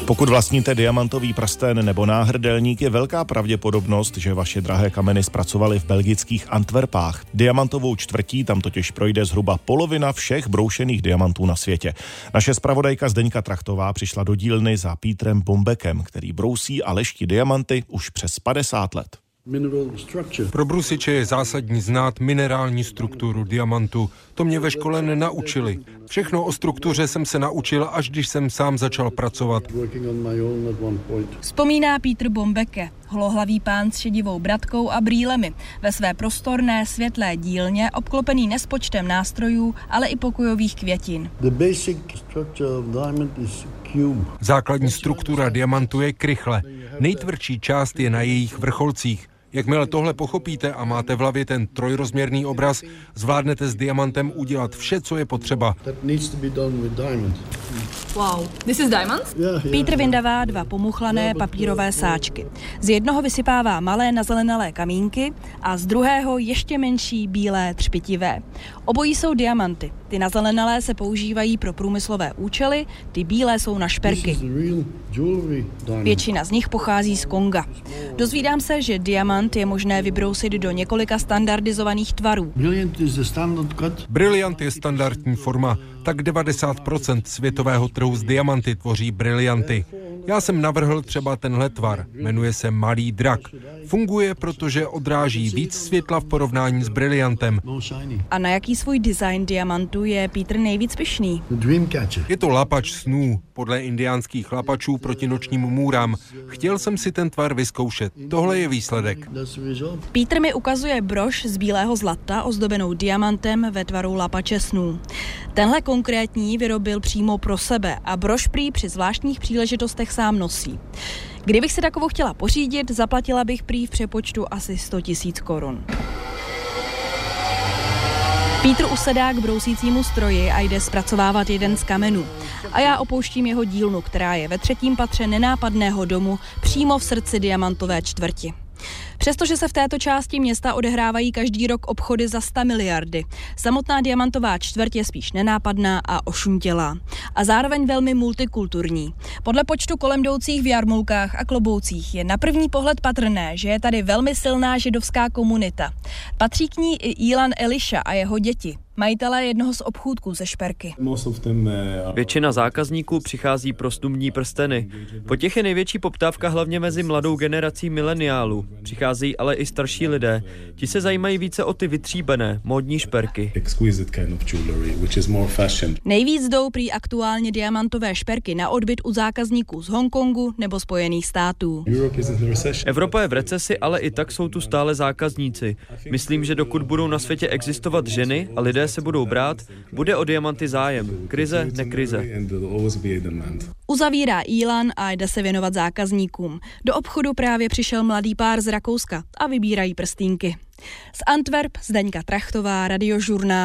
Pokud vlastníte diamantový prsten nebo náhrdelník, je velká pravděpodobnost, že vaše drahé kameny zpracovali v belgických Antwerpách. Diamantovou čtvrtí tam totiž projde zhruba polovina všech broušených diamantů na světě. Naše zpravodajka Zdeňka Trachtová přišla do dílny za Petrem Bombekem, který brousí a leští diamanty už přes 50 let. Pro brusiče je zásadní znát minerální strukturu diamantu. To mě ve škole nenaučili. Všechno o struktuře jsem se naučil, až když jsem sám začal pracovat. Vzpomíná Petr Bombeke, holohlavý pán s šedivou bradkou a brýlemi, ve své prostorné světlé dílně, obklopený nespočtem nástrojů, ale i pokojových květin. Základní struktura diamantu je krychle. Nejtvrdší část je na jejich vrcholcích. Jakmile tohle pochopíte a máte v hlavě ten trojrozměrný obraz, zvládnete s diamantem udělat vše, co je potřeba. Wow, this is diamond? Petr vyndává 2 pomuchlané papírové sáčky. Z jednoho vysypává malé nazelenalé kamínky a z druhého ještě menší bílé třpitivé. Obojí jsou diamanty. Ty nazelenalé se používají pro průmyslové účely, ty bílé jsou na šperky. Většina z nich pochází z Konga. Dozvídám se, že diamant je možné vybrousit do několika standardizovaných tvarů. Briliant je standardní forma, tak 90% světového trhu s diamanty tvoří brilianty. Já jsem navrhl třeba tenhle tvar, jmenuje se Malý drak. Funguje, protože odráží víc světla v porovnání s briliantem. A na jaký svůj design diamantu je Petr nejvíc pyšný? Je to lapač snů, podle indiánských lapačů proti nočním můrám. Chtěl jsem si ten tvar vyzkoušet. Tohle je výsledek. Petr mi ukazuje brož z bílého zlata ozdobenou diamantem ve tvaru lapače snů. Tenhle konkrétní vyrobil přímo pro sebe a brož prý při zvláštních příležitostech sám nosí. Kdybych si takovou chtěla pořídit, zaplatila bych prý v přepočtu asi 100 000 korun. Petr usedá k brousícímu stroji a jde zpracovávat jeden z kamenů. A já opouštím jeho dílnu, která je ve 3. patře nenápadného domu přímo v srdci diamantové čtvrti. Přestože se v této části města odehrávají každý rok obchody za 100 miliardy, samotná diamantová čtvrť je spíš nenápadná a ošuntělá. A zároveň velmi multikulturní. Podle počtu kolem jdoucích v jarmulkách a kloboucích je na první pohled patrné, že je tady velmi silná židovská komunita. Patří k ní i Ilan Elisha a jeho děti, majitelé jednoho z obchůdků ze šperky. Většina zákazníků přichází pro snubní prsteny. Po těch je největší poptávka hlavně mezi mladou generací mileniálů. Přicházejí ale i starší lidé. Ti se zajímají více o ty vytříbené, módní šperky. Nejvíc jdou prý aktuálně diamantové šperky na odbyt u zákazníků z Hongkongu nebo Spojených států. Evropa je v recesi, ale i tak jsou tu stále zákazníci. Myslím, že dokud budou na světě existovat ženy a lidé se budou brát, bude o diamanty zájem. Krize, nekrize. Uzavírá Ilan a jde se věnovat zákazníkům. Do obchodu právě přišel mladý pár z Rakouska a vybírají prstýnky. Z Antwerp Zdeňka Trachtová, Radiožurnál.